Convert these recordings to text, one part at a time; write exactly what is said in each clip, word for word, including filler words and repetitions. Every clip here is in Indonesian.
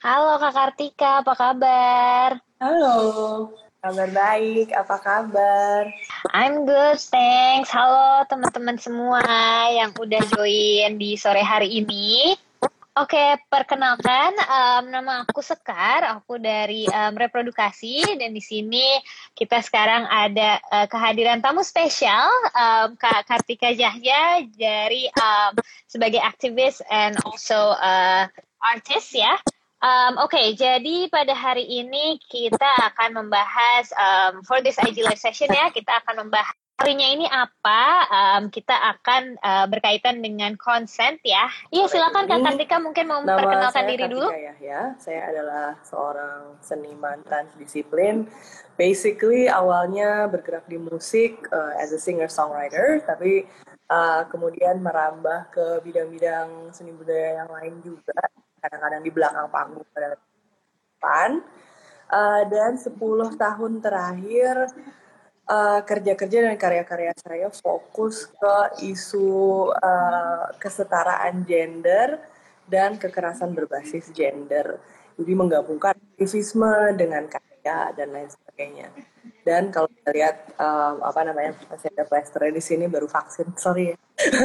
Halo Kak Kartika, apa kabar? Halo, kabar baik, apa kabar? I'm good, thanks. Halo teman-teman semua yang udah join di sore hari ini. Oke, perkenalkan, em, nama aku Sekar, aku dari em, Reprodukasi, dan di sini kita sekarang ada eh, kehadiran tamu spesial, em, Kak Kartika Jahya dari em, sebagai aktivis and also eh, artist ya. Um, Oke, jadi pada hari ini kita akan membahas um, for this idealized session ya, kita akan membahas harinya ini apa. Um, kita akan uh, berkaitan dengan consent ya. Iya, Sore silakan Kak ini, Kartika mungkin mau nama memperkenalkan saya diri dulu. Kartika Yahya. Saya adalah seorang seniman transdisiplin. Basically, awalnya bergerak di musik uh, as a singer-songwriter, tapi uh, kemudian merambah ke bidang-bidang seni budaya yang lain juga. Kadang-kadang di belakang panggung pada depan. Uh, dan sepuluh tahun terakhir uh, kerja-kerja dan karya-karya saya fokus ke isu uh, kesetaraan gender dan kekerasan berbasis gender. Jadi menggabungkan aktivisme dengan karya dan lain sebagainya. Dan kalau kita lihat um, apa namanya masih ada plaster di sini baru vaksin, sorry ya.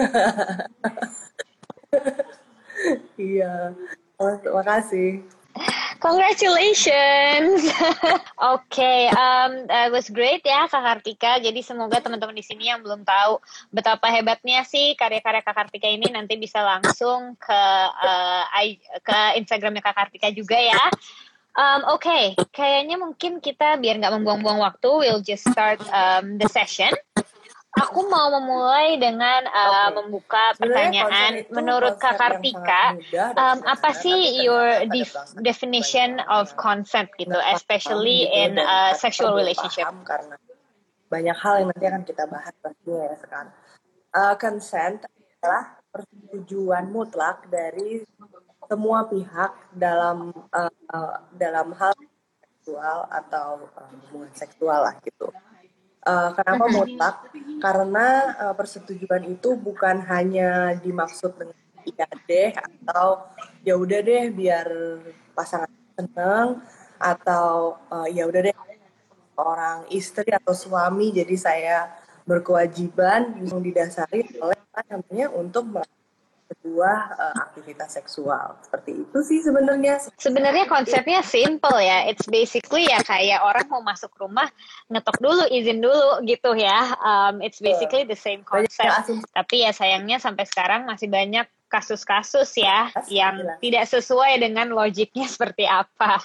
Iya, oh, terima kasih. Congratulations. Oke, okay, um, that was great ya Kak Kartika. Jadi semoga teman-teman di sini yang belum tahu betapa hebatnya sih karya-karya Kak Kartika ini nanti bisa langsung ke uh, ke Instagramnya Kak Kartika juga ya. Um, Oke, okay. Kayaknya mungkin kita biar nggak membuang-buang waktu, we'll just start um, the session. Aku mau memulai dengan uh, Oke, membuka sebenarnya konsen pertanyaan. itu Menurut Kak konsep yang sangat Kartika, mudah dan um, apa sederhana, tapi sih ternyata your pada def- banyak definition orang of yang consent gitu, nggak paham especially gitu in dan a atau sexual belum relationship? paham karena banyak hal yang nanti akan kita bahas pastinya ya sekarang. Uh, consent adalah persetujuan mutlak dari semua pihak dalam uh, uh, dalam hal seksual atau uh, hubungan seksual lah gitu. Uh, kenapa Mhm. mutlak? Karena uh, persetujuan itu bukan hanya dimaksud dengan iya deh atau ya udah deh biar pasangan seneng atau uh, ya udah deh orang istri atau suami jadi saya berkewajiban yang didasari oleh apa namanya untuk melakukan sebuah uh, aktivitas seksual seperti itu sih sebenarnya. Sebenarnya konsepnya simple ya. It's basically ya kayak orang mau masuk rumah ngetok dulu, izin dulu gitu ya. Um, it's basically the same Banyak yang concept. asumsi. Tapi ya sayangnya sampai sekarang masih banyak kasus-kasus ya yang Jelas. tidak sesuai dengan logiknya seperti apa.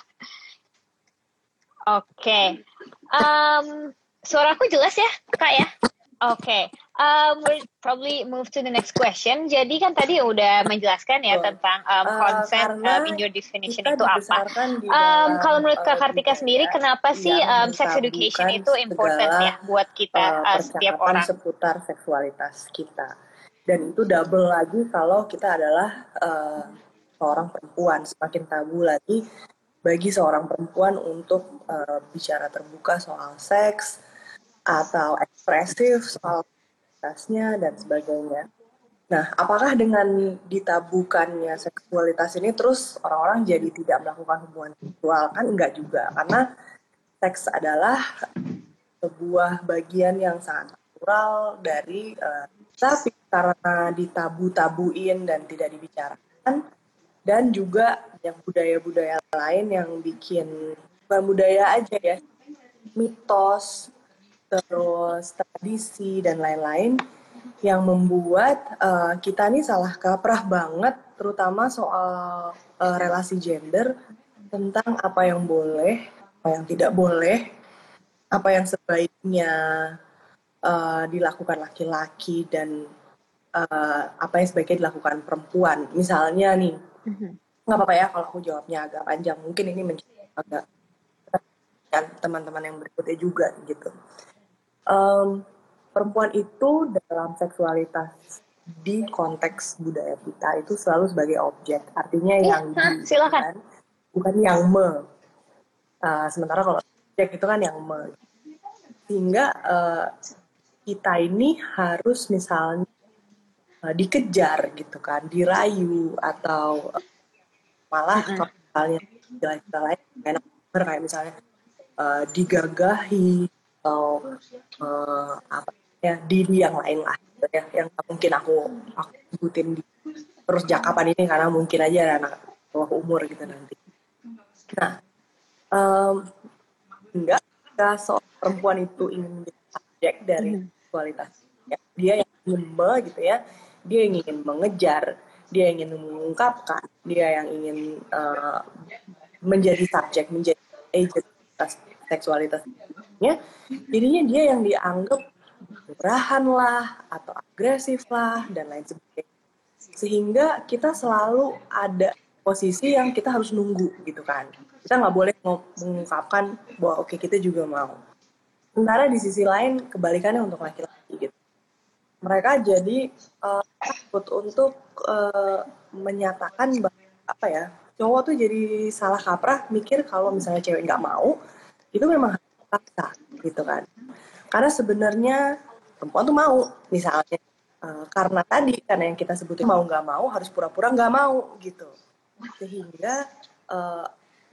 Oke, okay. um, suaraku jelas ya, Kak ya? Oke, okay. um, we'll probably move to the next question. Jadi kan tadi udah menjelaskan ya Betul. tentang um, Uh, consent karena um, in your definition kita itu apa. dibesarkan di Um, kalau dalam menurut Kak uh, Kartika sendiri, budaya kenapa sih yang um, sex education mentabukan itu important ya segala buat kita uh, uh, setiap percakapan orang? seputar seksualitas kita. Dan itu double lagi kalau kita adalah uh, seorang perempuan. Semakin tabu lagi bagi seorang perempuan untuk uh, bicara terbuka soal seks atau ekspresif soal seksualitasnya dan sebagainya. Nah, apakah dengan ditabukannya seksualitas ini terus orang-orang jadi tidak melakukan hubungan seksual? Kan enggak juga, karena seks adalah sebuah bagian yang sangat natural dari uh, tapi karena ditabu-tabuin dan tidak dibicarakan, dan juga yang budaya-budaya lain yang bikin bukan budaya aja ya, mitos, terus tradisi dan lain-lain yang membuat uh, kita nih salah kaprah banget, terutama soal uh, relasi gender, tentang apa yang boleh, apa yang tidak boleh, apa yang sebaiknya uh, dilakukan laki-laki dan uh, apa yang sebaiknya dilakukan perempuan. Misalnya nih, Mhm. nggak apa-apa ya kalau aku jawabnya agak panjang, mungkin ini menjadi agak kan teman-teman yang berikutnya juga gitu. Um, perempuan itu dalam seksualitas di konteks budaya kita itu selalu sebagai objek, artinya Iya, yang hah, di, silakan. kan? Bukan yang me. Uh, sementara kalau objek itu kan yang me. Sehingga uh, kita ini harus misalnya uh, dikejar gitu kan, dirayu atau uh, malah Mhm. kalau misalnya istilah-istilah lain enak denger, kayak misalnya uh, digagahi atau uh, apa ya di di yang lain lah gitu ya, yang nggak mungkin aku aku sebutin di terus jakapan ini karena mungkin aja ada anak bawah umur gitu nanti. Nah, um, enggak, ketika seorang perempuan itu ingin menjadi subjek dari seksualitas, ya, dia yang ingin gitu ya, dia yang ingin mengejar, dia yang ingin mengungkapkan, dia yang ingin uh, menjadi subjek, menjadi agent seksualitasnya, jadinya dia yang dianggap murahan lah atau agresif lah dan lain sebagainya, sehingga kita selalu ada posisi yang kita harus nunggu gitu kan, kita nggak boleh mengungkapkan bahwa oke okay, kita juga mau. Sementara di sisi lain kebalikannya untuk laki-laki gitu, mereka jadi uh, takut untuk uh, menyatakan bahwa apa ya, cowok tuh jadi salah kaprah mikir kalau misalnya cewek nggak mau itu memang harus dipaksa gitu kan, karena sebenarnya perempuan tuh mau misalnya uh, karena tadi karena yang kita sebutin mau nggak mau harus pura-pura nggak mau gitu, sehingga uh,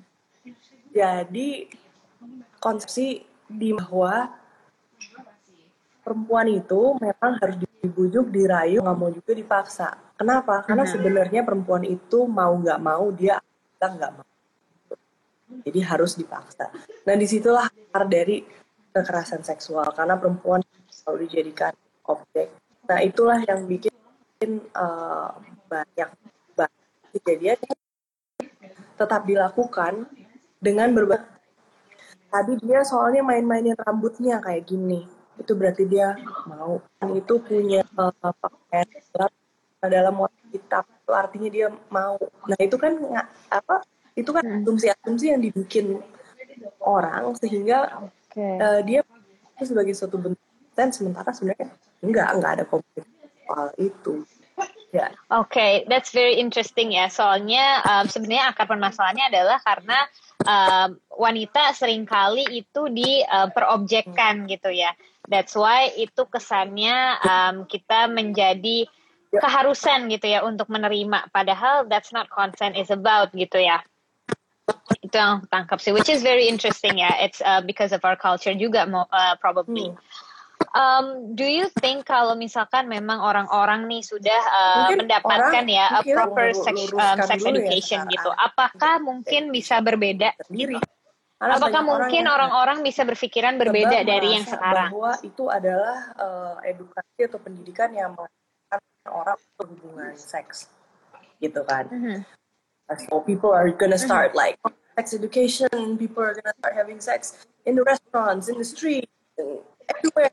jadi konsepsi di bahwa perempuan itu memang harus dibujuk, dirayu, nggak mau juga dipaksa. Kenapa? Karena uh-huh. sebenarnya perempuan itu mau nggak mau dia bilang nggak mau. Jadi harus dipaksa. Nah disitulah akar dari kekerasan seksual, karena perempuan selalu dijadikan objek. Nah itulah yang bikin uh, banyak banyak kejadian tetap dilakukan dengan berbagai. Tadi dia soalnya main-mainin rambutnya kayak gini, itu berarti dia mau. Itu punya uh, pakaian dalam warna hitam, itu artinya dia mau. Nah itu kan nggak apa? Itu kan asumsi-asumsi yang dibikin orang sehingga okay. uh, dia sebagai suatu bentuk dan sementara sebenarnya enggak enggak ada komunikasi soal itu. Ya. Oke, okay, that's very interesting ya. Soalnya um, sebenarnya akar permasalahannya adalah karena um, wanita seringkali itu diperobjekkan uh, gitu ya. That's why itu kesannya um, kita menjadi keharusan gitu ya untuk menerima. Padahal that's not consent is about gitu ya. Itu yang aku tangkap sih, which is very interesting ya. It's uh, because of our culture juga uh, probably. Hmm. Um, do you think kalau misalkan memang orang-orang nih sudah uh, mendapatkan ya a proper sex, um, sex education ya, gitu, apakah mungkin bisa berbeda? Gitu? Apakah mungkin orang-orang bisa berpikiran berbeda dari yang sekarang? Bahwa itu adalah uh, edukasi atau pendidikan yang mengatakan orang berhubungan seks, gitu kan? Mm-hmm. So people are gonna start mm-hmm. like sex education. People are gonna start having sex in the restaurants, in the street, everywhere.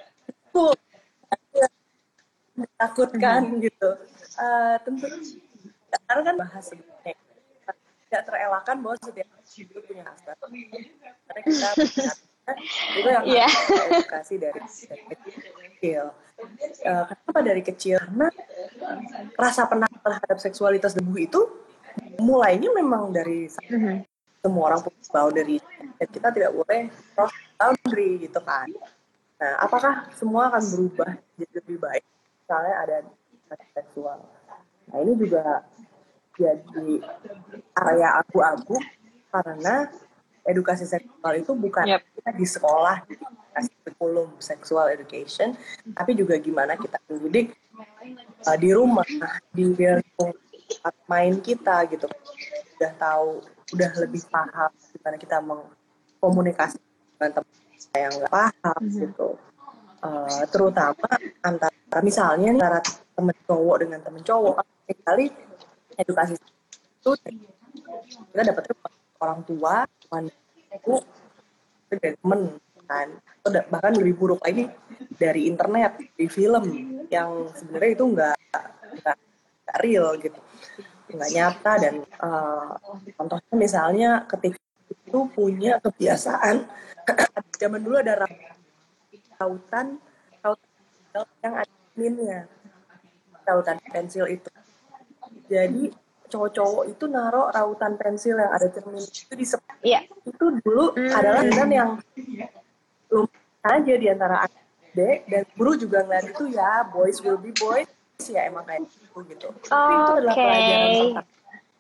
Takutkan mm-hmm. gitu, uh, tentu karena kan bahas sebenarnya tidak terelakkan bahwa setiap itu punya hasrat, karena kita itu yang yeah. harus edukasi dari, dari kecil. Uh, kenapa dari kecil? Karena rasa penakut terhadap seksualitas debu itu mulainya memang dari mm-hmm. semua orang punya boundary, dan kita tidak boleh cross boundary gitu kan. Nah, apakah semua akan berubah jadi lebih baik? Misalnya ada seksual. Nah, ini juga jadi area abu-abu karena edukasi seksual itu bukan yep. kita di sekolah, di kurikulum sexual education, tapi juga gimana kita mendidik uh, di rumah, di lingkungan main kita gitu. Udah tahu, udah lebih paham gimana kita mengkomunikasi dengan teman yang nggak paham mm-hmm. gitu, uh, terutama antara misalnya nih, antara temen cowok dengan temen cowok, sekali edukasi itu kita dapetnya orang tua, teman ibu, dari temen kan, atau bahkan lebih buruk lagi dari internet, di film yang sebenarnya itu nggak nggak real gitu, nggak nyata, dan uh, contohnya misalnya ketika itu punya kebiasaan zaman dulu ada rautan rautan yang ada minnya, rautan pensil itu. Jadi cowok-cowok itu naruh rautan pensil yang ada cermin itu di sepak. Yeah. Itu dulu mm. adalah dengan yang belum aja di antara adik dan guru juga ngeliat itu ya boys will be boys ya emang kayak gitu gitu. Tapi okay. itu adalah pelajaran tentang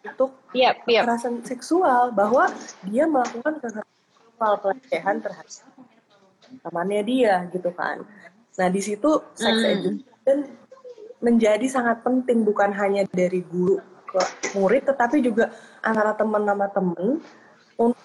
untuk yep, yep. kekerasan seksual, bahwa dia melakukan kekerasan seksual, pelecehan terhadap temannya dia gitu kan. Nah di situ sex Mm. education menjadi sangat penting, bukan hanya dari guru ke murid, tetapi juga antara teman sama teman untuk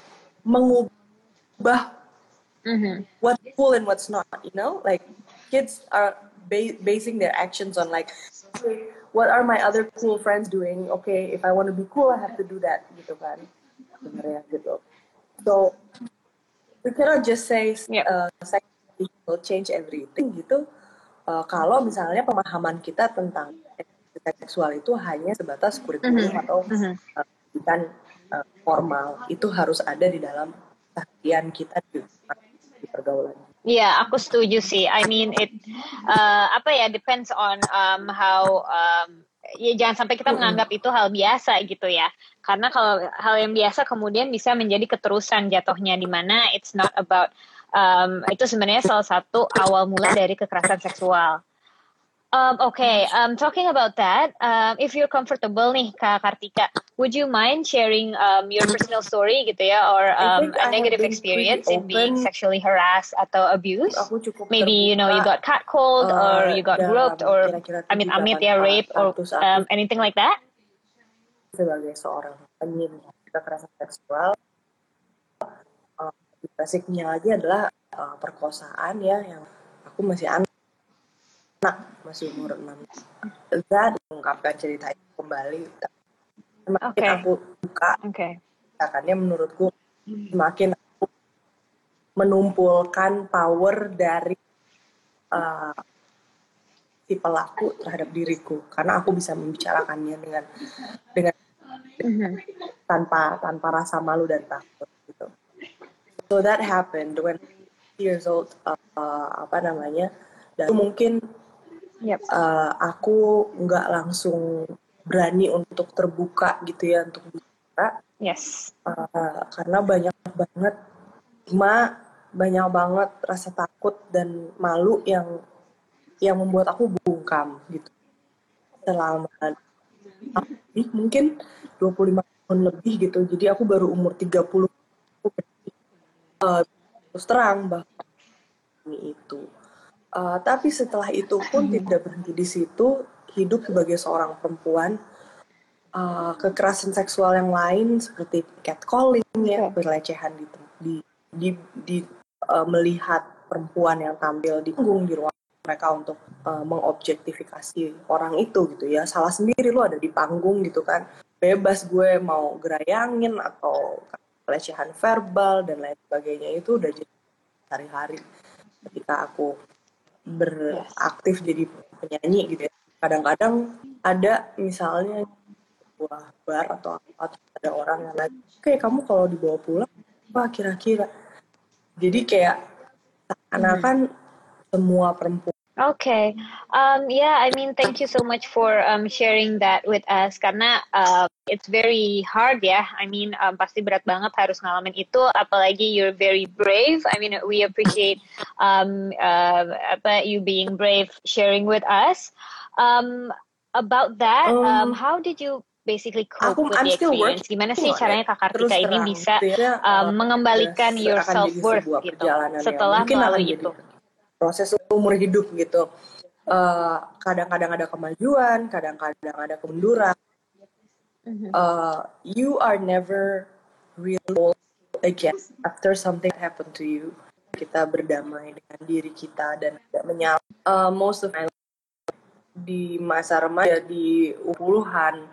mengubah Mhm. what's cool and what's not, you know, like kids are ba- basing their actions on like, okay, what are my other cool friends doing? Okay, if I want to be cool, I have to do that, gitu kan, sebenarnya gitu. So we cannot just say Yep. uh, sex will change everything gitu. Uh, kalau misalnya pemahaman kita tentang seksual itu hanya sebatas kurikulum Mhm. atau Mhm. uh, pendidikan uh, formal, itu harus ada di dalam keseharian kita di, di pergaulan. Iya, aku setuju sih. I mean it uh, apa ya, depends on um, how um, ya jangan sampai kita menganggap itu hal biasa gitu ya. Karena kalau hal yang biasa kemudian bisa menjadi keterusan jatuhnya, di mana it's not about um, itu sebenarnya salah satu awal mula dari kekerasan seksual. Um, okay, um, talking about that, um, if you're comfortable nih Kak Kartika, would you mind sharing um, your personal story gitu ya, or I um, think a I have negative been pretty experience in being open. sexually harassed atau abused? Aku cukup Maybe you know you got terbuka catcalled or uh, you got dalam groped or kira-kira tujuh amit-amit delapan ya rape or status aku um, anything like that? sebagai seorang penyintas kekerasan seksual. Uh, basicnya lagi adalah uh, perkosaan ya, yang aku masih anak, masih umur enam tahun, mengungkapkan cerita itu kembali. Semakin Okay. aku buka, Okay. akannya menurutku semakin aku menumpulkan power dari uh, si pelaku terhadap diriku, karena aku bisa membicarakannya dengan dengan Mhm. tanpa tanpa rasa malu dan takut gitu. So that happened when years old, uh, apa namanya, dan mungkin Yep. uh, aku nggak langsung berani untuk terbuka gitu ya, untuk bicara. Yes. Uh, karena banyak banget ma banyak banget rasa takut dan malu yang yang membuat aku bungkam gitu selama lebih mungkin dua puluh lima tahun lebih gitu. Jadi aku baru umur tiga puluh aku uh, terus terang bahwa ini itu. Uh, tapi setelah itu pun tidak berhenti di situ. Hidup sebagai seorang perempuan, uh, kekerasan seksual yang lain seperti catcalling ya, pelecehan di di di, di uh, melihat perempuan yang tampil di panggung di ruang mereka untuk uh, mengobjektifikasi orang itu gitu ya. Salah sendiri, lo ada di panggung gitu kan, bebas gue mau gerayangin atau pelecehan verbal dan lain sebagainya, itu udah jadi hari-hari ketika aku beraktif jadi penyanyi gitu ya. Kadang-kadang ada misalnya sebuah bar atau atau ada orang yang lagi, kayak kamu kalau dibawa pulang apa kira-kira, jadi kayak seakan-akan semua perempuan. Okay. Um, yeah, I mean, thank you so much for um, sharing that with us. Karena uh, it's very hard ya. I mean, um, pasti berat banget harus ngalamin itu. Apalagi you're very brave. I mean, we appreciate um, uh, apa you being brave sharing with us. Um, about that, um, Um, how did you basically cope aku, with I'm the still experience? working Gimana sih on caranya it. Kak Terus Kartika ini terang, bisa ya, um, uh, mengembalikan ya, your akan jadi self-worth sebuah gitu perjalanan yang setelah mungkin akan melalui jadi itu? proses umur hidup gitu. Uh, kadang-kadang ada kemajuan, kadang-kadang ada kemunduran. Uh, you are never really old again after something happened to you. Kita berdamai dengan diri kita dan tidak menyalahkan. Uh, most of my life di masa remaja di puluhan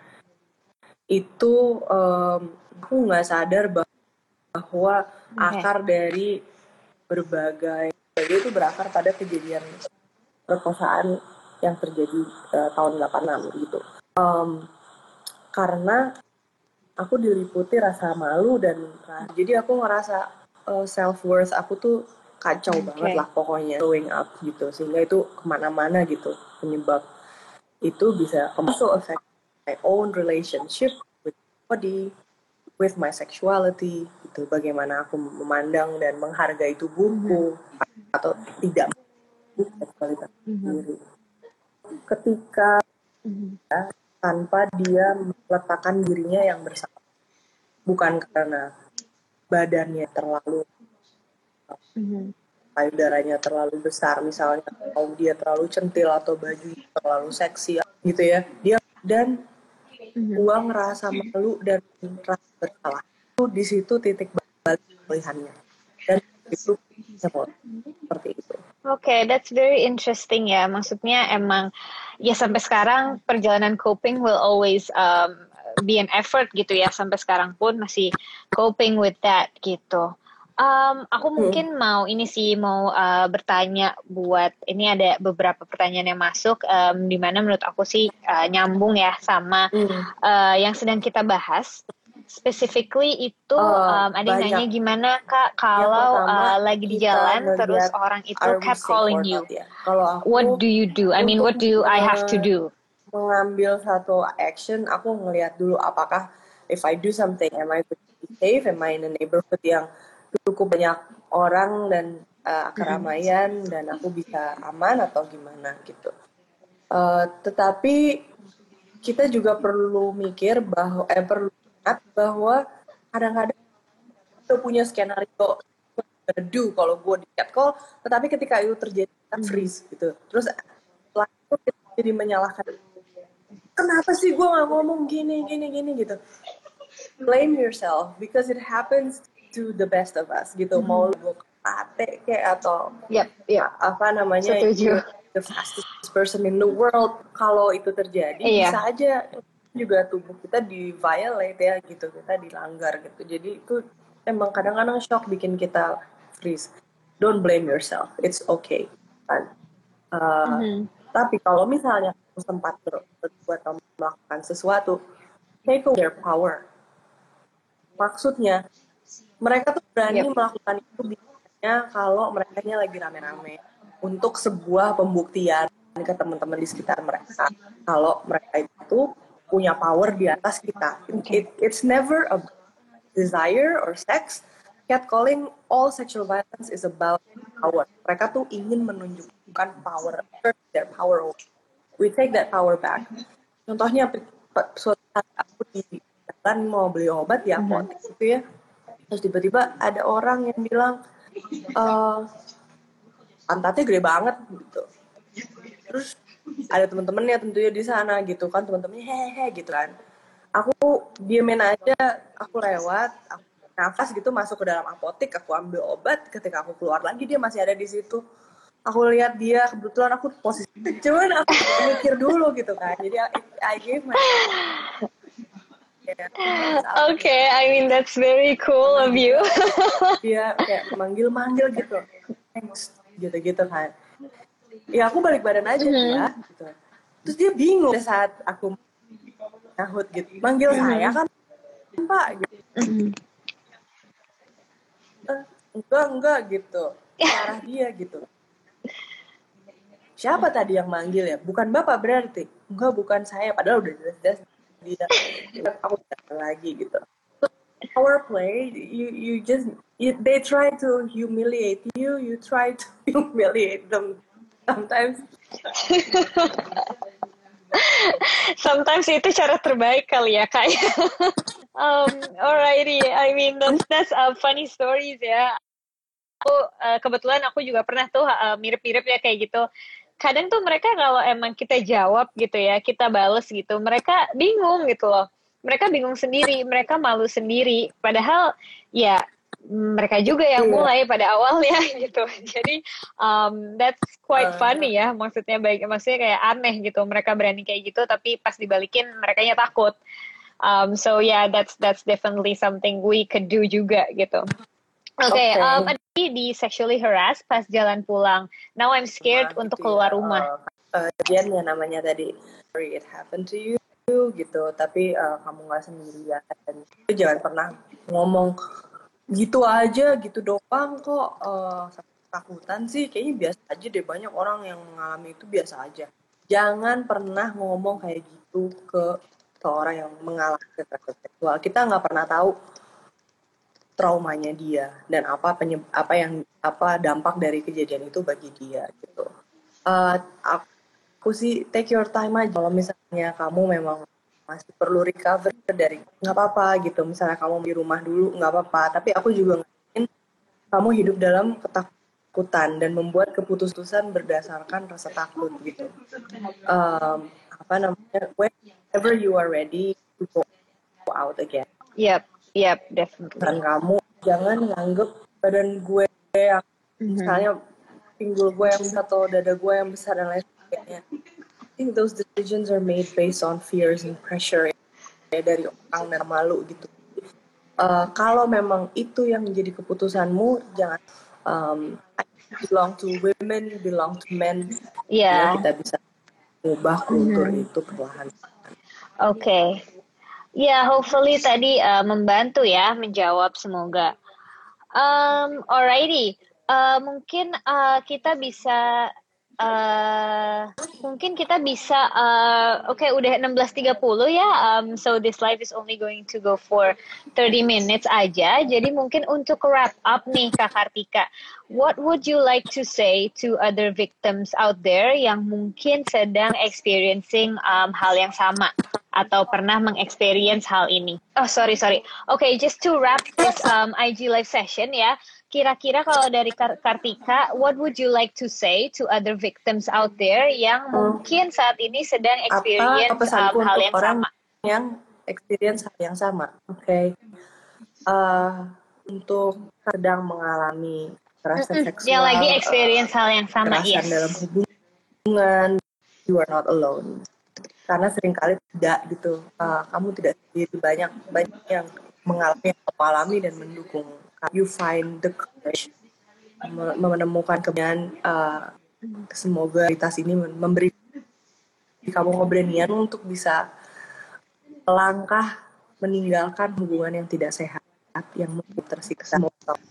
itu, um, aku nggak sadar bahwa akar dari berbagai itu berakar pada kejadian perkosaan yang terjadi uh, tahun delapan puluh enam gitu. Um, karena aku diliputi rasa malu dan jadi aku ngerasa uh, self worth aku tuh kacau okay. banget lah pokoknya, growing up gitu, sehingga itu kemana-mana gitu, penyebab itu bisa also affect my own relationship with body, with my sexuality gitu, bagaimana aku memandang dan menghargai tubuhku mm-hmm. atau tidak seksualitas mm-hmm. sendiri. Ketika mm-hmm. ya, tanpa dia meletakkan dirinya yang bersalah. Bukan karena badannya terlalu Mhm. payudaranya terlalu besar misalnya, atau dia terlalu centil atau baju terlalu seksi gitu ya. Dia dan Mhm. gua ngerasa malu dan rasa bersalah. Itu di situ titik balik pilihannya. Dan itu seperti itu. Oke, okay, that's very interesting ya. Maksudnya emang ya sampai sekarang perjalanan coping will always um, be an effort gitu ya. Sampai sekarang pun masih coping with that gitu. Um, aku mungkin Hmm. mau ini sih mau uh, bertanya buat ini ada beberapa pertanyaan yang masuk um, di mana menurut aku sih uh, nyambung ya sama Hmm. uh, yang sedang kita bahas. Specifically itu Uh, um, ada yang nanya banyak. gimana Kak Yang kalau pertama uh, lagi di kita jalan terus ngelihat orang itu are we safe catcalling or not you. ya. Kalau What aku do you do? I mean, untuk what do I have to me- do? mengambil satu action, aku ngelihat dulu apakah if I do something, am I safe? Am I in a neighborhood yang cukup banyak orang dan uh, keramaian dan aku bisa aman atau gimana gitu. Uh, tetapi kita juga perlu mikir bahwa eh perlu ingat bahwa kadang-kadang kita punya skenario do kalau gue di catcall, tetapi ketika itu terjadi kita freeze gitu. Terus setelah itu kita jadi menyalahkan, kenapa sih gue nggak ngomong gini gini gini gitu. Blame yourself because it happens to the best of us gitu. Mm-hmm. Mau lu kate kayak atau yep, yep. apa namanya Setuju. the fastest person in the world, kalau itu terjadi iya. bisa aja juga tubuh kita di violate ya gitu, kita dilanggar gitu. Jadi itu emang kadang-kadang shock bikin kita freeze. Don't blame yourself, it's okay kan. Uh, mm-hmm. Tapi kalau misalnya kamu sempat berbuat atau melakukan sesuatu, take away their power. Maksudnya mereka tuh berani yep. melakukan itu biasanya kalau mereka lagi rame-rame untuk sebuah pembuktian ke teman-teman di sekitar mereka kalau mereka itu punya power di atas kita. Okay. It, it's never a desire or sex. Catcalling, all sexual violence is about power. Mereka tuh ingin menunjukkan power, their power. We take that power back. Contohnya, suatu saat aku di jalan mau beli obat di apotek mm-hmm. gitu ya, terus tiba-tiba ada orang yang bilang, uh, pantatnya gede banget gitu. Terus ada teman-temannya tentunya di sana gitu kan, teman-temannya hehehe gitu kan. Aku diemin aja, aku lewat, aku nafas gitu masuk ke dalam apotek, aku ambil obat, ketika aku keluar lagi dia masih ada di situ. Aku lihat dia, kebetulan aku posisi, cuman aku mikir dulu gitu kan. Jadi I, I gave my Oke, okay, I mean that's very cool of you. Dia kayak manggil-manggil gitu, thanks gitu-gitu kan. Ya aku balik badan aja mm-hmm. ya gitu. Terus dia bingung saat aku nyahut gitu, manggil mm-hmm. saya kan Pak gitu. Mm-hmm. Eh, enggak enggak gitu, ke arah dia gitu. Siapa tadi yang manggil ya? Bukan Bapak berarti? Enggak, bukan saya. Padahal udah jelas-jelas dia. Aku datang lagi gitu. Power play, you you just you, they try to humiliate you, you try to humiliate them sometimes. Sometimes itu cara terbaik kali ya Kak. um, alrighty, I mean that's that's uh, funny stories ya. Aku uh, kebetulan aku juga pernah tuh uh, mirip-mirip ya kayak gitu. Kadang tuh mereka kalau emang kita jawab gitu ya, kita bales gitu, mereka bingung gitu loh. Mereka bingung sendiri, mereka malu sendiri. Padahal ya mereka juga yang mulai pada awalnya gitu. Jadi um, that's quite funny ya. Maksudnya baik, maksudnya kayak aneh gitu. Mereka berani kayak gitu, tapi pas dibalikin merekanya takut. Um, so yeah, that's that's definitely something we could do juga gitu. Oke, okay, okay. um, di sexually harassed pas jalan pulang. Now I'm scared nah, untuk gitu keluar ya. rumah. Uh, uh, ya namanya tadi, sorry it happened to you gitu. Tapi uh, kamu nggak sendirian. Dan jangan pernah ngomong gitu aja, gitu doang kok. Uh, takutan sih, kayaknya biasa aja deh. Banyak orang yang mengalami itu biasa aja. Jangan pernah ngomong kayak gitu ke seorang yang mengalami kekerasan seksual. Kita nggak pernah tahu traumanya dia dan apa penyeb- apa yang apa dampak dari kejadian itu bagi dia gitu. Uh, aku aku sih take your time aja. Kalau misalnya kamu memang masih perlu recover dari, nggak apa-apa gitu. Misalnya kamu di rumah dulu, nggak apa-apa. Tapi aku juga ingin kamu hidup dalam ketakutan dan membuat keputusan berdasarkan rasa takut gitu. Um, apa namanya? Whenever you are ready to go out again. Yep, yep, definitely. Dan kamu jangan nganggep badan gue yang mm-hmm. misalnya pinggul gue yang besar atau dada gue yang besar dan lain sebagainya. I think those decisions are made based on fears and pressure ya, dari orang dan malu gitu. Uh, kalau memang itu yang menjadi keputusanmu, jangan um, I belong to women, belong to men. Yeah. Ya, kita bisa mengubah kultur mm-hmm. itu perlahan. Oke. Okay. Ya, yeah, hopefully tadi uh, membantu ya menjawab semoga. Um, alrighty, uh, mungkin uh, kita bisa Uh, mungkin kita bisa uh, oke okay, udah enam belas tiga puluh ya, um, so this live is only going to go for thirty minutes aja, jadi mungkin untuk wrap up nih Kak Kartika, what would you like to say to other victims out there yang mungkin sedang experiencing um, hal yang sama atau pernah mengexperience hal ini? Oh sorry sorry, oke okay, just to wrap this um, I G live session ya. Kira-kira kalau dari Kartika, what would you like to say to other victims out there yang mungkin saat ini sedang experience apa um, hal yang orang sama? Yang experience hal yang sama, oke. Okay. Uh, untuk sedang mengalami kekerasan Mm-mm. seksual, yang lagi experience uh, hal yang sama, kekerasan yes. dalam hubungan, you are not alone. Karena seringkali tidak gitu, uh, kamu tidak sendiri, banyak banyak yang mengalami, mengalami dan mendukung. You find the courage menemukan keberanian. Uh, semoga cerita ini memberi kamu keberanian untuk bisa melangkah meninggalkan hubungan yang tidak sehat, yang mungkin tersiksa.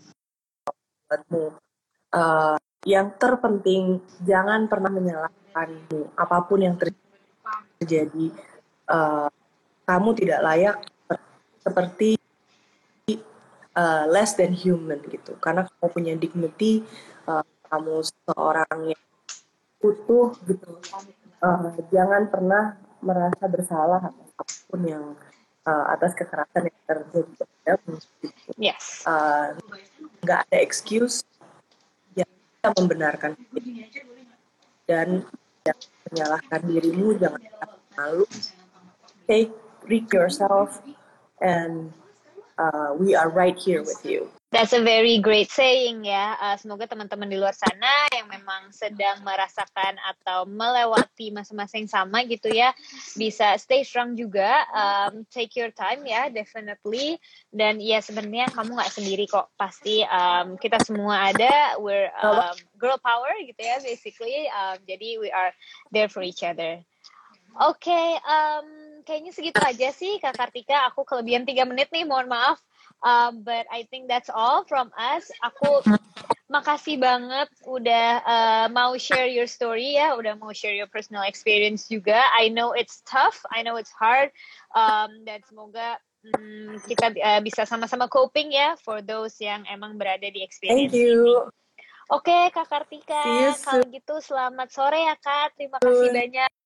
Uh, yang terpenting jangan pernah menyalahkanmu apapun yang terjadi. Uh, kamu tidak layak seperti Uh, less than human gitu, karena kamu punya dignity, uh, kamu seorang yang utuh gitu. Uh, jangan pernah merasa bersalah apapun yang uh, atas kekerasan yang terjadi padamu. Gitu. Yes. Uh, nggak ada excuse yang bisa membenarkan diri. Dan jangan menyalahkan dirimu, jangan malu. Take read yourself and Uh, we are right here with you. That's a very great saying ya. Uh, semoga teman-teman di luar sana yang memang sedang merasakan atau melewati masa-masa yang sama gitu ya, bisa stay strong juga. Um, take your time ya, definitely. Dan ya sebenarnya kamu nggak sendiri kok. Pasti um, kita semua ada. We're um, girl power gitu ya, basically. Um, jadi we are there for each other. Oke, okay, um, kayaknya segitu aja sih Kak Kartika. Aku kelebihan tiga menit nih, mohon maaf. Um, but I think that's all from us. Aku makasih banget udah uh, mau share your story ya, udah mau share your personal experience juga. I know it's tough, I know it's hard. Um, dan semoga um, kita uh, bisa sama-sama coping ya for those yang emang berada di experience Thank you. ini. Oke, okay, Kak Kartika. Kalau gitu selamat sore ya Kak. Terima kasih banyak.